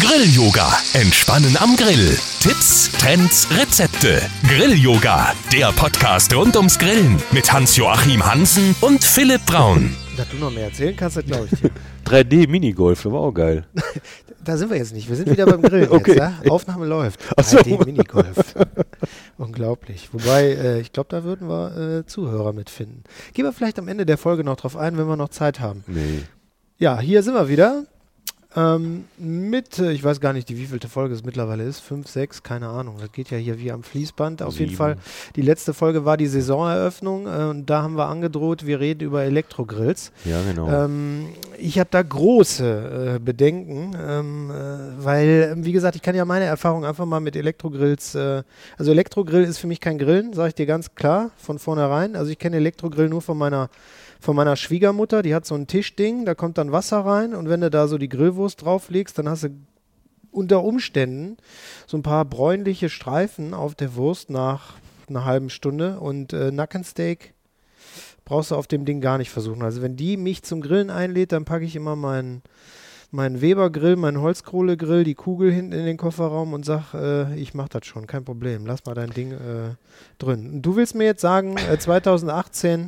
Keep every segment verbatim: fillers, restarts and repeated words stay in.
Grill-Yoga. Entspannen am Grill. Tipps, Trends, Rezepte. Grill-Yoga. Der Podcast rund ums Grillen mit Hans-Joachim Hansen und Philipp Braun. Dass du noch mehr erzählen kannst, das glaube ich dir. drei D Minigolf, das war auch geil. Da sind wir jetzt nicht. Wir sind wieder beim Grillen Okay. jetzt. Ja? Aufnahme läuft. Ach so. drei D Minigolf. Unglaublich. Wobei, äh, ich glaube, da würden wir äh, Zuhörer mitfinden. Gehen wir vielleicht am Ende der Folge noch drauf ein, wenn wir noch Zeit haben. Nee. Ja, hier sind wir wieder. Ähm, mit, äh, ich weiß gar nicht, die wievielte Folge es mittlerweile ist. Fünf, sechs, keine Ahnung. Das geht ja hier wie am Fließband. Auf Sieben. jeden Fall. Die letzte Folge war die Saisoneröffnung. Äh, und da haben wir angedroht, wir reden über Elektrogrills. Ja, genau. Ähm, ich habe da große äh, Bedenken, ähm, äh, weil, wie gesagt, ich kann ja meine Erfahrung einfach mal mit Elektrogrills, äh, also Elektrogrill ist für mich kein Grillen, sage ich dir ganz klar, von vornherein. Also ich kenne Elektrogrill nur von meiner, von meiner Schwiegermutter, die hat so ein Tischding, da kommt dann Wasser rein und wenn du da so die Grillwurst drauflegst, dann hast du unter Umständen so ein paar bräunliche Streifen auf der Wurst nach einer halben Stunde und äh, Nackensteak brauchst du auf dem Ding gar nicht versuchen. Also wenn die mich zum Grillen einlädt, dann packe ich immer meinen meinen Weber-Grill, meinen Holzkohle-Grill, die Kugel hinten in den Kofferraum und sag, äh, ich mach das schon, kein Problem, lass mal dein Ding äh, drin. Und du willst mir jetzt sagen, äh, zwanzig achtzehn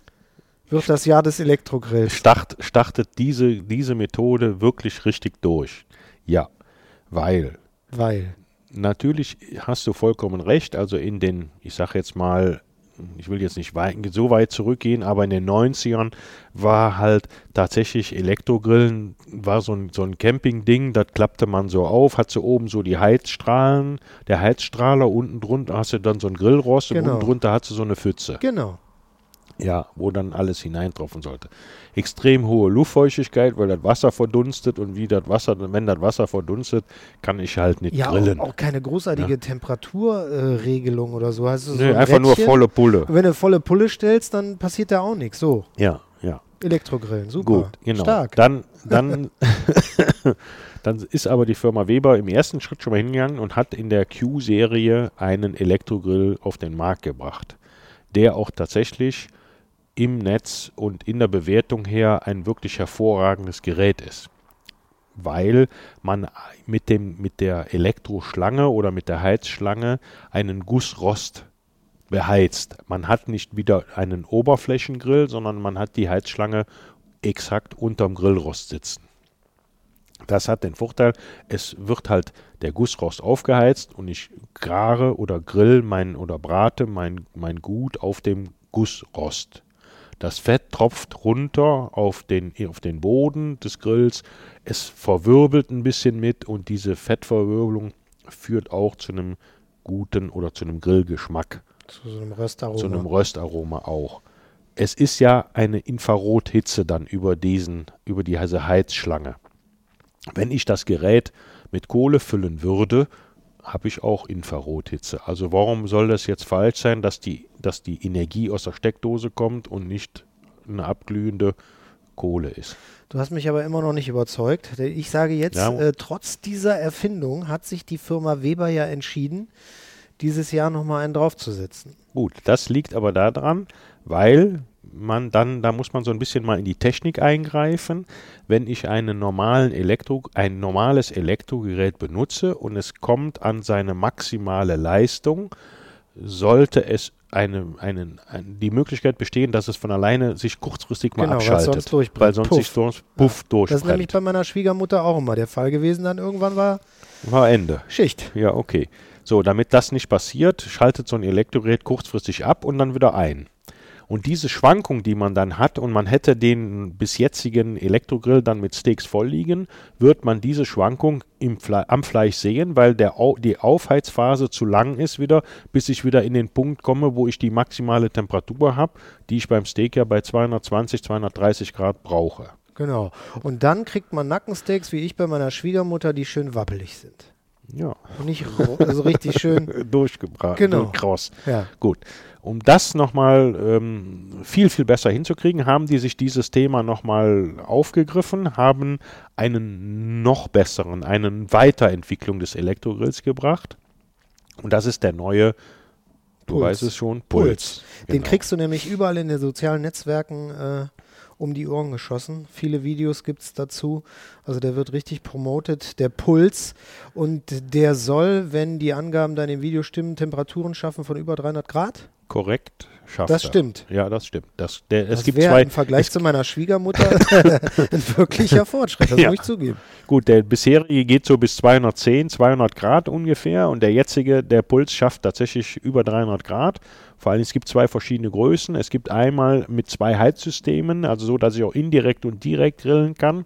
wird das Jahr des Elektrogrills. Start, startet diese, diese Methode wirklich richtig durch. Ja, weil Weil. natürlich hast du vollkommen recht, also in den, ich sag jetzt mal, ich will jetzt nicht weit, so weit zurückgehen, aber in den neunzigern war halt tatsächlich Elektrogrillen, war so ein, so ein Camping-Ding, das klappte man so auf, hat so oben so die Heizstrahlen, der Heizstrahler, unten drunter hast du dann so ein Grillrost Genau. und unten drunter hast du so eine Pfütze. Genau. Ja, wo dann alles hineintropfen sollte. Extrem hohe Luftfeuchtigkeit, weil das Wasser verdunstet und wie das Wasser, wenn das Wasser verdunstet, kann ich halt nicht Ja, grillen. auch, auch keine großartige Ja. Temperaturregelung äh, oder so. Hast du so Nee, ein einfach nur Rädchen. volle Pulle. Und wenn du volle Pulle stellst, dann passiert da auch nichts. So, Ja, ja. Elektrogrillen, super. Gut, genau. Stark. Dann, dann, dann ist aber die Firma Weber im ersten Schritt schon mal hingegangen und hat in der Q-Serie einen Elektrogrill auf den Markt gebracht, der auch tatsächlich im Netz und in der Bewertung her ein wirklich hervorragendes Gerät ist. Weil man mit, dem, mit der Elektroschlange oder mit der Heizschlange einen Gussrost beheizt. Man hat nicht wieder einen Oberflächengrill, sondern man hat die Heizschlange exakt unterm Grillrost sitzen. Das hat den Vorteil, es wird halt der Gussrost aufgeheizt und ich gare oder grill mein oder brate mein, mein Gut auf dem Gussrost. Das Fett tropft runter auf den, auf den Boden des Grills, es verwirbelt ein bisschen mit und diese Fettverwirbelung führt auch zu einem guten oder zu einem Grillgeschmack. Zu so einem Röstaroma. Zu einem Röstaroma auch. Es ist ja eine Infrarothitze dann über diesen, über diese Heizschlange. Wenn ich das Gerät mit Kohle füllen würde, habe ich auch Infrarothitze. Also warum soll das jetzt falsch sein, dass die, dass die Energie aus der Steckdose kommt und nicht eine abglühende Kohle ist? Du hast mich aber immer noch nicht überzeugt. Ich sage jetzt, Ja. äh, trotz dieser Erfindung hat sich die Firma Weber ja entschieden, dieses Jahr nochmal einen draufzusetzen. Gut, das liegt aber daran, weil man dann, da muss man so ein bisschen mal in die Technik eingreifen. Wenn ich einen normalen Elektro, ein normales Elektrogerät benutze und es kommt an seine maximale Leistung, sollte es eine, einen, ein, die Möglichkeit bestehen, dass es von alleine sich kurzfristig mal Genau, weil es abschaltet. sonst durchbrennt. Weil sonst Puff. sich sonst Puff Das durchbrennt. ist nämlich bei meiner Schwiegermutter auch immer der Fall gewesen. Dann irgendwann war War Ende. Schicht. Ja, okay. So, damit das nicht passiert, schaltet so ein Elektrogerät kurzfristig ab und dann wieder ein. Und diese Schwankung, die man dann hat und man hätte den bis jetzigen Elektrogrill dann mit Steaks voll liegen, wird man diese Schwankung im Fle- am Fleisch sehen, weil der Au- die Aufheizphase zu lang ist wieder, bis ich wieder in den Punkt komme, wo ich die maximale Temperatur habe, die ich beim Steak ja bei zweihundertzwanzig, zweihundertdreißig Grad brauche. Genau. Und dann kriegt man Nackensteaks, wie ich bei meiner Schwiegermutter, die schön wabbelig sind. Ja. Und nicht roh, also richtig schön. Durchgebraten, Genau. kross. Ja. Gut. Um das nochmal ähm, viel, viel besser hinzukriegen, haben die sich dieses Thema nochmal aufgegriffen, haben einen noch besseren, eine Weiterentwicklung des Elektrogrills gebracht. Und das ist der neue, du Puls. weißt es schon, Puls. Puls. Den Genau. kriegst du nämlich überall in den sozialen Netzwerken äh, um die Ohren geschossen. Viele Videos gibt es dazu. Also der wird richtig promoted, der Puls. Und der soll, wenn die Angaben da in dem Video stimmen, Temperaturen schaffen von über dreihundert Grad? Korrekt, schafft Das er. stimmt. Ja, das stimmt. Das, der, Das es gibt wäre zwei, im Vergleich es, zu meiner Schwiegermutter ein wirklicher Fortschritt, das Ja. muss ich zugeben. Gut, der bisherige geht so bis zweihundertzehn, zweihundert Grad ungefähr und der jetzige, der Puls schafft tatsächlich über dreihundert Grad. Vor allem, es gibt zwei verschiedene Größen. Es gibt einmal mit zwei Heizsystemen, also so, dass ich auch indirekt und direkt grillen kann.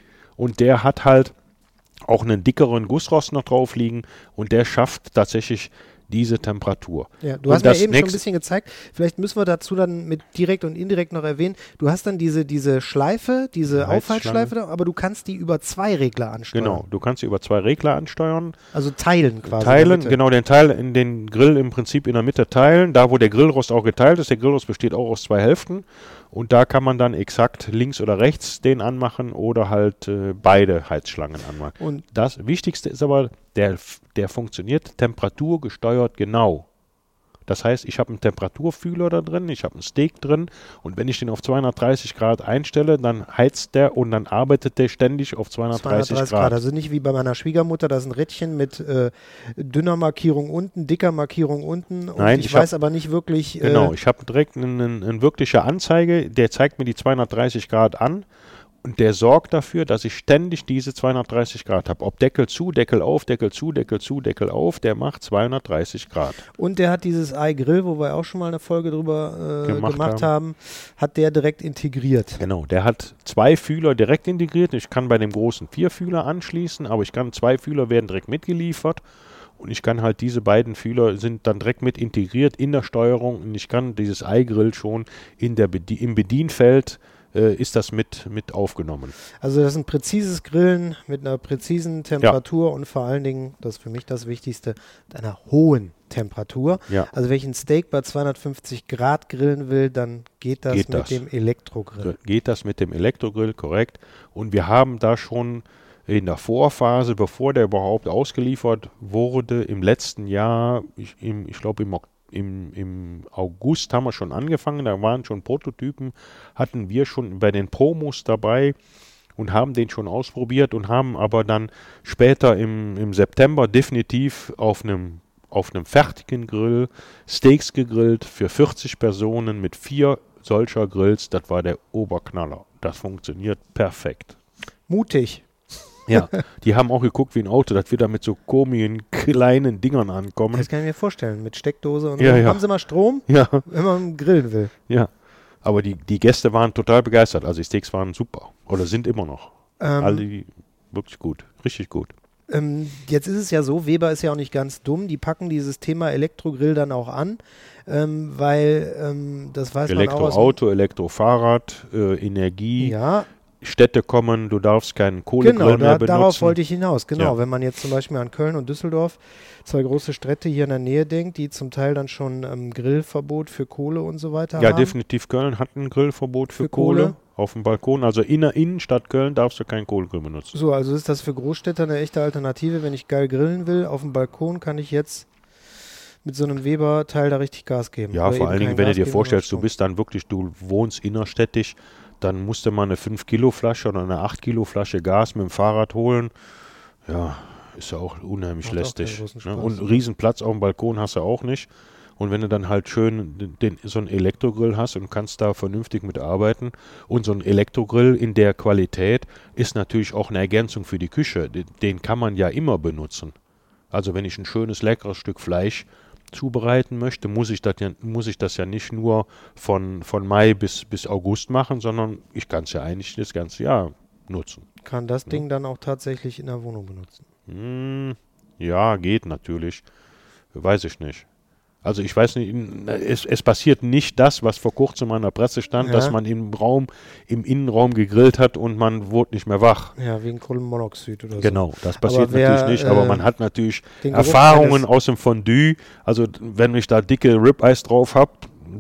Und der hat halt auch einen dickeren Gussrost noch drauf liegen und der schafft tatsächlich diese Temperatur. Ja, du Und hast mir das eben schon ein nächste- bisschen gezeigt, vielleicht müssen wir dazu dann mit direkt und indirekt noch erwähnen, du hast dann diese, diese Schleife, diese Heizschlange. Aufhaltschleife, da, aber du kannst die über zwei Regler ansteuern. Genau, du kannst sie über zwei Regler ansteuern. Also teilen quasi. in der Teilen, Mitte. genau, den Teil in den Grill im Prinzip in der Mitte teilen, da wo der Grillrost auch geteilt ist. Der Grillrost besteht auch aus zwei Hälften und da kann man dann exakt links oder rechts den anmachen oder halt äh, beide Heizschlangen anmachen. Und Das Wichtigste ist aber, der, der funktioniert temperaturgesteuert genau. Das heißt, ich habe einen Temperaturfühler da drin, ich habe einen Steak drin und wenn ich den auf zweihundertdreißig Grad einstelle, dann heizt der und dann arbeitet der ständig auf zweihundertdreißig, zweihundertdreißig Grad. Grad. Also nicht wie bei meiner Schwiegermutter, da ist ein Rädchen mit äh, dünner Markierung unten, dicker Markierung unten. Und Nein, ich, ich hab- weiß aber nicht wirklich. Äh, Genau, ich habe direkt eine ein wirkliche Anzeige, der zeigt mir die zweihundertdreißig Grad an und der sorgt dafür, dass ich ständig diese zweihundertdreißig Grad habe. Ob Deckel zu, Deckel auf, Deckel zu, Deckel zu, Deckel auf, der macht zweihundertdreißig Grad. Und der hat dieses iGrill, wo wir auch schon mal eine Folge drüber äh, Gemacht gemacht, haben. haben, hat der direkt integriert. Genau, der hat zwei Fühler direkt integriert. Ich kann bei dem großen vier Fühler anschließen, aber ich kann zwei Fühler werden direkt mitgeliefert. Und ich kann halt diese beiden Fühler sind dann direkt mit integriert in der Steuerung und ich kann dieses iGrill schon in der Bedi im Bedienfeld äh, ist das mit, mit aufgenommen. Also das ist ein präzises Grillen mit einer präzisen Temperatur und vor allen Dingen, das ist für mich das Wichtigste, mit einer hohen Temperatur. Ja. Also wenn ich ein Steak bei zweihundertfünfzig Grad grillen will, dann geht das Geht mit das. dem Elektrogrill. Geht das mit dem Elektrogrill, korrekt. Und wir haben da schon in der Vorphase, bevor der überhaupt ausgeliefert wurde, im letzten Jahr, ich, im, ich glaube im, Ok- im, im August haben wir schon angefangen, da waren schon Prototypen, hatten wir schon bei den Promos dabei und haben den schon ausprobiert und haben aber dann später im, im September definitiv auf einem auf einem fertigen Grill Steaks gegrillt für vierzig Personen mit vier solcher Grills. Das war der Oberknaller. Das funktioniert perfekt. Mutig. Ja, die haben auch geguckt wie ein Auto, dass wir da mit so komischen kleinen Dingern ankommen. Das kann ich mir vorstellen, mit Steckdose und Ja, so. ja. Haben Sie mal Strom, Ja, wenn man grillen will? ja. Aber die, die Gäste waren total begeistert. Also die Steaks waren super. Oder sind immer noch. Ähm, Alle die- wirklich gut. Richtig gut. Ähm, jetzt ist es ja so, Weber ist ja auch nicht ganz dumm, die packen dieses Thema Elektrogrill dann auch an, ähm, weil ähm, das weiß man auch aus dem- Elektroauto, Elektrofahrrad, äh, Energie, Ja, Städte kommen, du darfst keinen Kohlegrill genau, mehr da, benutzen. darauf wollte ich hinaus. Genau, Ja. wenn man jetzt zum Beispiel an Köln und Düsseldorf, zwei große Städte hier in der Nähe denkt, die zum Teil dann schon ähm, Grillverbot für Kohle und so weiter Ja, haben. definitiv. Köln hat ein Grillverbot für, Für Kohle, Kohle. auf dem Balkon. Also in der Innenstadt Köln darfst du keinen Kohlegrill benutzen. So, also ist das für Großstädter eine echte Alternative. Wenn ich geil grillen will, auf dem Balkon kann ich jetzt mit so einem Weber-Teil da richtig Gas geben. Ja, Oder vor eben allen Dingen, kein wenn du Gas dir geben, vorstellst, du sondern bist dann wirklich, du wohnst innerstädtisch, dann musst du mal eine fünf Kilo Flasche oder eine acht Kilo Flasche Gas mit dem Fahrrad holen. Ja, ist ja auch unheimlich Macht auch lästig. keinen großen Ne? Spaß. Und einen riesen Platz auf dem Balkon hast du auch nicht. Und wenn du dann halt schön den, den, so einen Elektrogrill hast und kannst da vernünftig mit arbeiten und so ein Elektrogrill in der Qualität ist natürlich auch eine Ergänzung für die Küche. Den, den kann man ja immer benutzen. Also wenn ich ein schönes, leckeres Stück Fleisch zubereiten möchte, muss ich das ja, muss ich das ja nicht nur von, von Mai bis, bis August machen, sondern ich kann es ja eigentlich das ganze Jahr nutzen. kann das Ding dann auch tatsächlich in der Wohnung benutzen. Hm, ja, geht natürlich. Weiß ich nicht. Also ich weiß nicht, es, es passiert nicht das, was vor kurzem an der Presse stand, Ja. dass man im Raum, im Innenraum gegrillt hat und man wurde nicht mehr wach. Ja, wegen Kohlenmonoxid oder so. Genau, das passiert Aber wer, natürlich nicht, aber äh, man hat natürlich den Geruch Erfahrungen eines- aus dem Fondue. Also wenn ich da dicke Ribeyes drauf habe,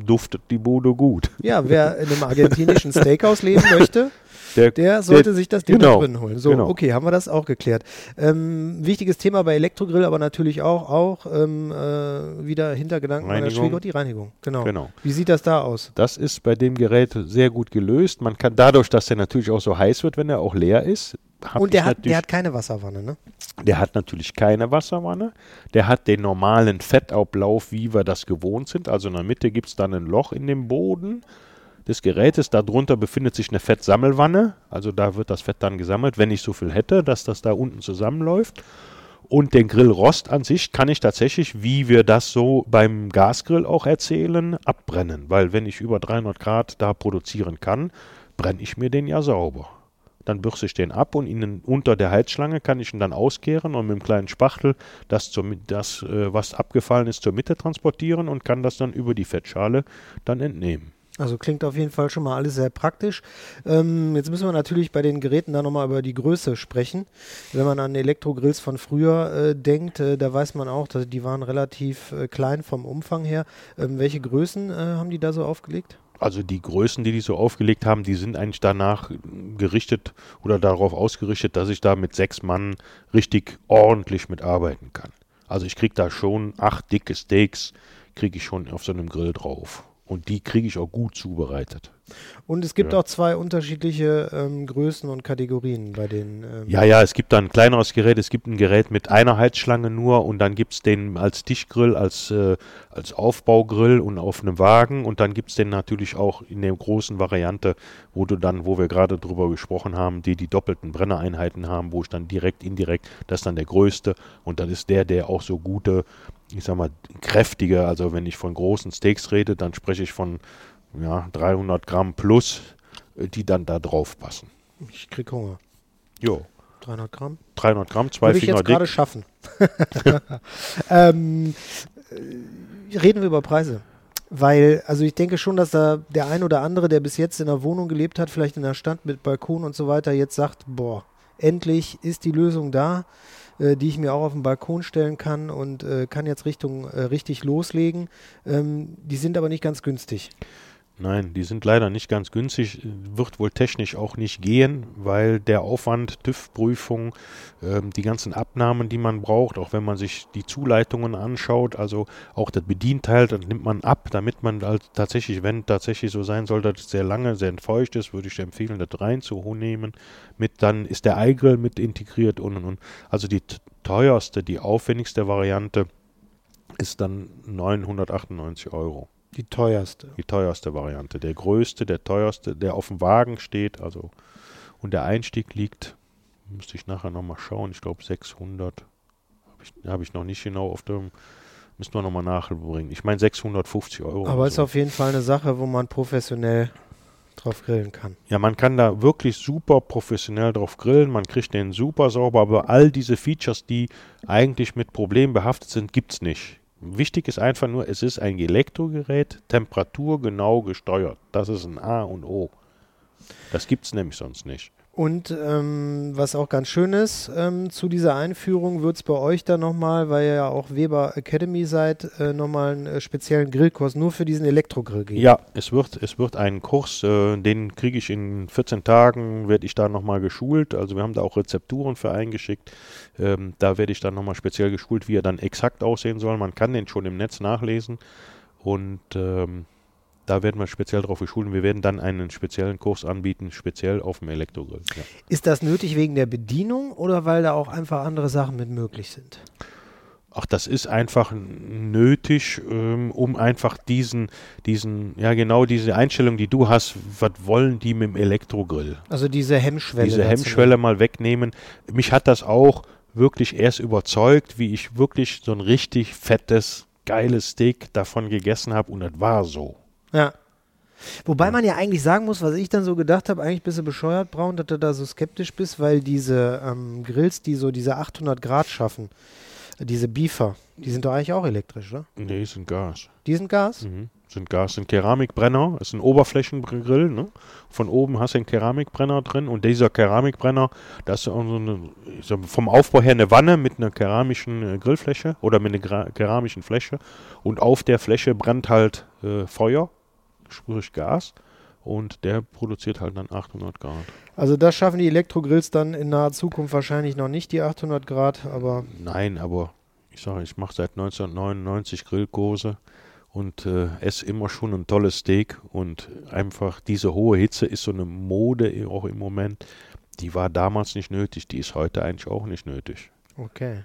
duftet die Bude gut. Ja, wer in einem argentinischen Steakhouse leben möchte, Der, der sollte der, sich das Ding genau, da drin holen. So, genau. okay, haben wir das auch geklärt. Ähm, wichtiges Thema bei Elektrogrill, aber natürlich auch, auch ähm, äh, wieder Hintergedanken meiner Reinigung. Schwiegermutter, die Reinigung. Genau. Genau. Wie sieht das da aus? Das ist bei dem Gerät sehr gut gelöst. Man kann dadurch, dass der natürlich auch so heiß wird, wenn er auch leer ist. Und der hat, der hat keine Wasserwanne, ne? Der hat natürlich keine Wasserwanne. Der hat den normalen Fettablauf, wie wir das gewohnt sind. Also in der Mitte gibt es dann ein Loch in dem Boden des Gerätes. Darunter befindet sich eine Fettsammelwanne. Also da wird das Fett dann gesammelt, wenn ich so viel hätte, dass das da unten zusammenläuft. Und den Grillrost an sich kann ich tatsächlich, wie wir das so beim Gasgrill auch erzählen, abbrennen. Weil wenn ich über dreihundert Grad da produzieren kann, brenne ich mir den ja sauber. Dann bürste ich den ab und innen unter der Heizschlange kann ich ihn dann auskehren und mit einem kleinen Spachtel das, zur, das äh, was abgefallen ist, zur Mitte transportieren und kann das dann über die Fettschale dann entnehmen. Also klingt auf jeden Fall schon mal alles sehr praktisch. Ähm, jetzt müssen wir natürlich bei den Geräten da nochmal über die Größe sprechen. Wenn man an Elektrogrills von früher äh, denkt, äh, da weiß man auch, dass die waren relativ äh, klein vom Umfang her. Ähm, welche Größen äh, haben die da so aufgelegt? Also die Größen, die die so aufgelegt haben, die sind eigentlich danach gerichtet oder darauf ausgerichtet, dass ich da mit sechs Mann richtig ordentlich mitarbeiten kann. Also ich kriege da schon acht dicke Steaks, kriege ich schon auf so einem Grill drauf. Und die kriege ich auch gut zubereitet. Und es gibt Ja. auch zwei unterschiedliche ähm, Größen und Kategorien bei den. Ähm Ja, ja, es gibt da ein kleineres Gerät. Es gibt ein Gerät mit einer Heizschlange nur und dann gibt es den als Tischgrill, als, äh, als Aufbaugrill und auf einem Wagen. Und dann gibt es den natürlich auch in der großen Variante, wo du dann, wo wir gerade drüber gesprochen haben, die die doppelten Brennereinheiten haben, wo ich dann direkt, indirekt, das ist dann der größte. Und das ist der, der auch so gute, ich sag mal, kräftige, also wenn ich von großen Steaks rede, dann spreche ich von ja, dreihundert Gramm plus, die dann da drauf passen. Ich krieg Hunger. Jo. dreihundert Gramm? dreihundert Gramm, zwei Würde ich Finger jetzt gerade dick. schaffen. ähm, äh, reden wir über Preise. Weil, also ich denke schon, dass da der ein oder andere, der bis jetzt in einer Wohnung gelebt hat, vielleicht in der Stadt mit Balkon und so weiter, jetzt sagt, boah, endlich ist die Lösung da, äh, die ich mir auch auf den Balkon stellen kann und äh, kann jetzt Richtung äh, richtig loslegen. Ähm, die sind aber nicht ganz günstig. Nein, die sind leider nicht ganz günstig, wird wohl technisch auch nicht gehen, weil der Aufwand, TÜV-Prüfung, ähm, die ganzen Abnahmen, die man braucht, auch wenn man sich die Zuleitungen anschaut, also auch das Bedienteil, das nimmt man ab, damit man halt tatsächlich, wenn tatsächlich so sein soll, dass es sehr lange, sehr feucht ist, würde ich empfehlen, das reinzunehmen. Mit dann ist der Eigrill mit integriert und und und. Also die t- teuerste, die aufwendigste Variante ist dann neunhundertachtundneunzig Euro. Die teuerste. Die teuerste Variante. Der größte, der teuerste, der auf dem Wagen steht, also und der Einstieg liegt, müsste ich nachher nochmal schauen, ich glaube sechshundert, habe ich, hab ich noch nicht genau auf dem, müssen wir nochmal nachbringen. Ich meine sechshundertfünfzig Euro. Aber und ist so. auf jeden Fall eine Sache, wo man professionell drauf grillen kann. Ja, man kann da wirklich super professionell drauf grillen, man kriegt den super sauber, aber all diese Features, die eigentlich mit Problemen behaftet sind, gibt es nicht. Wichtig ist einfach nur, es ist ein Elektrogerät, temperaturgenau gesteuert. Das ist ein A und O. Das gibt es nämlich sonst nicht. Und ähm, was auch ganz schön ist, ähm, zu dieser Einführung wird es bei euch dann nochmal, weil ihr ja auch Weber Academy seid, äh, nochmal einen äh, speziellen Grillkurs nur für diesen Elektrogrill geben. Ja, es wird, es wird einen Kurs, äh, den kriege ich in vierzehn Tagen, werde ich da nochmal geschult. Also wir haben da auch Rezepturen für eingeschickt. Ähm, da werde ich dann nochmal speziell geschult, wie er dann exakt aussehen soll. Man kann den schon im Netz nachlesen und ähm, da werden wir speziell drauf geschult. Wir werden dann einen speziellen Kurs anbieten, speziell auf dem Elektrogrill. Ja. Ist das nötig wegen der Bedienung oder weil da auch einfach andere Sachen mit möglich sind? Ach, das ist einfach nötig, ähm, um einfach diesen, diesen, ja genau diese Einstellung, die du hast, was wollen die mit dem Elektrogrill? Also diese Hemmschwelle. Diese dazu Hemmschwelle mal wegnehmen. Mich hat das auch wirklich erst überzeugt, wie ich wirklich so ein richtig fettes, geiles Steak davon gegessen habe und das war so. Ja. Wobei man ja eigentlich sagen muss, was ich dann so gedacht habe, eigentlich bist du bescheuert, Braun, dass du da so skeptisch bist, weil diese ähm, Grills, die so diese achthundert Grad schaffen, äh, diese Beefer, die sind doch eigentlich auch elektrisch, oder? Nee, sind Gas. Die sind Gas? Mhm. Sind Gas, sind Keramikbrenner, ist ein Oberflächengrill, ne? Von oben hast du einen Keramikbrenner drin und dieser Keramikbrenner, das ist auch so eine, ich sag, vom Aufbau her eine Wanne mit einer keramischen äh, Grillfläche oder mit einer gra- keramischen Fläche und auf der Fläche brennt halt äh, Feuer sprich Gas. Und der produziert halt dann achthundert Grad. Also das schaffen die Elektrogrills dann in naher Zukunft wahrscheinlich noch nicht, die achthundert Grad, aber... Nein, aber ich sage, ich mache seit neunzehnhundertneunundneunzig Grillkurse und äh, esse immer schon ein tolles Steak. Und einfach diese hohe Hitze ist so eine Mode auch im Moment. Die war damals nicht nötig, die ist heute eigentlich auch nicht nötig. Okay.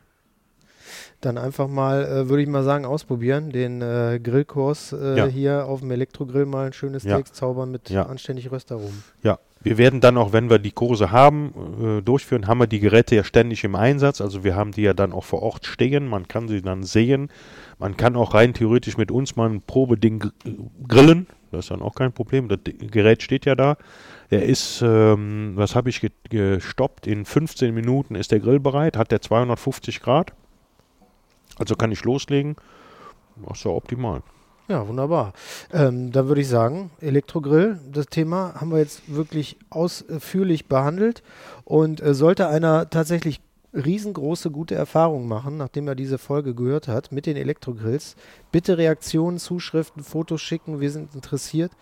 Dann einfach mal, äh, würde ich mal sagen, ausprobieren, den äh, Grillkurs äh, Ja. hier auf dem Elektrogrill mal ein schönes Ja. Steak zaubern mit Ja. anständig Röstaromen. Ja, wir werden dann auch, wenn wir die Kurse haben, äh, durchführen, haben wir die Geräte ja ständig im Einsatz. Also wir haben die ja dann auch vor Ort stehen, man kann sie dann sehen. Man kann auch rein theoretisch mit uns mal ein Probeding gr- grillen. Das ist dann auch kein Problem. Das D- Gerät steht ja da. Er ist, ähm, was habe ich ge- gestoppt? In fünfzehn Minuten ist der Grill bereit, hat der zweihundertfünfzig Grad. Also kann ich loslegen. Das ist ja optimal. Ja, wunderbar. Ähm, dann würde ich sagen, Elektrogrill, das Thema haben wir jetzt wirklich ausführlich behandelt. Und äh, sollte einer tatsächlich riesengroße, gute Erfahrungen machen, nachdem er diese Folge gehört hat, mit den Elektrogrills, bitte Reaktionen, Zuschriften, Fotos schicken, wir sind interessiert.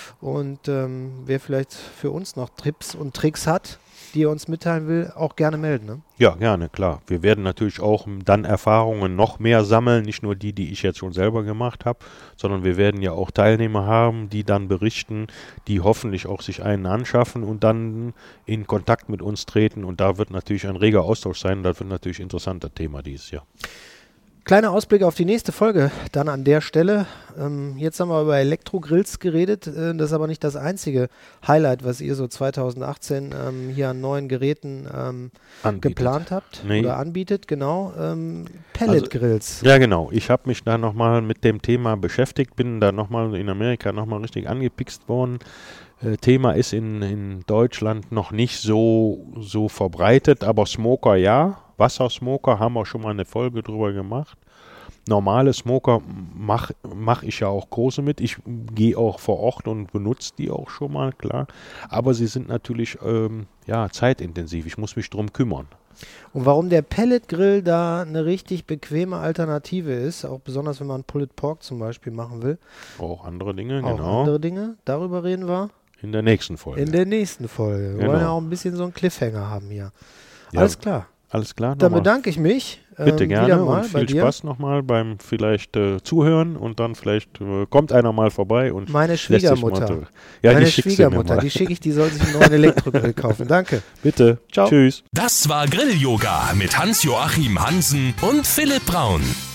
Und ähm, wer vielleicht für uns noch Tipps und Tricks hat, die er uns mitteilen will, auch gerne melden. Ne? Ja, gerne, klar. Wir werden natürlich auch dann Erfahrungen noch mehr sammeln, nicht nur die, die ich jetzt schon selber gemacht habe, sondern wir werden ja auch Teilnehmer haben, die dann berichten, die hoffentlich auch sich einen anschaffen und dann in Kontakt mit uns treten. Und da wird natürlich ein reger Austausch sein. Das wird natürlich ein interessanter Thema dieses Jahr. Kleiner Ausblick auf die nächste Folge dann an der Stelle. Ähm, jetzt haben wir über Elektrogrills geredet. Äh, das ist aber nicht das einzige Highlight, was ihr so zweitausendachtzehn ähm, hier an neuen Geräten ähm, Anbietet. geplant habt Nee. oder anbietet. Genau. Ähm, Pelletgrills. Ja, genau. Ich habe mich da nochmal mit dem Thema beschäftigt, bin da nochmal in Amerika nochmal richtig angepickst worden. Äh, Thema ist in, in Deutschland noch nicht so, so verbreitet, aber Smoker ja. Wassersmoker haben wir schon mal eine Folge drüber gemacht. Normale Smoker mache mach ich ja auch große mit. Ich gehe auch vor Ort und benutze die auch schon mal, klar. Aber sie sind natürlich ähm, ja, zeitintensiv. Ich muss mich drum kümmern. Und warum der Pelletgrill da eine richtig bequeme Alternative ist, auch besonders wenn man Pulled Pork zum Beispiel machen will. Auch andere Dinge, Auch genau. andere Dinge, darüber reden wir In der nächsten Folge. in der nächsten Folge. Wir Genau. wollen ja auch ein bisschen so einen Cliffhanger haben hier. Ja. Alles klar. Alles klar? Dann nochmal. bedanke ich mich. Bitte ähm, gerne wieder mal und bei viel dir. Spaß nochmal beim vielleicht äh, Zuhören und dann vielleicht äh, kommt einer mal vorbei und Meine lässt sich Schwiegermutter. mal- Ja, Meine die schickst du mir Schwiegermutter, mal. die schicke ich, die soll sich einen neuen Elektrogrill kaufen. Danke. Bitte. Ciao. Tschüss. Das war Grill-Yoga mit Hans-Joachim Hansen und Philipp Braun.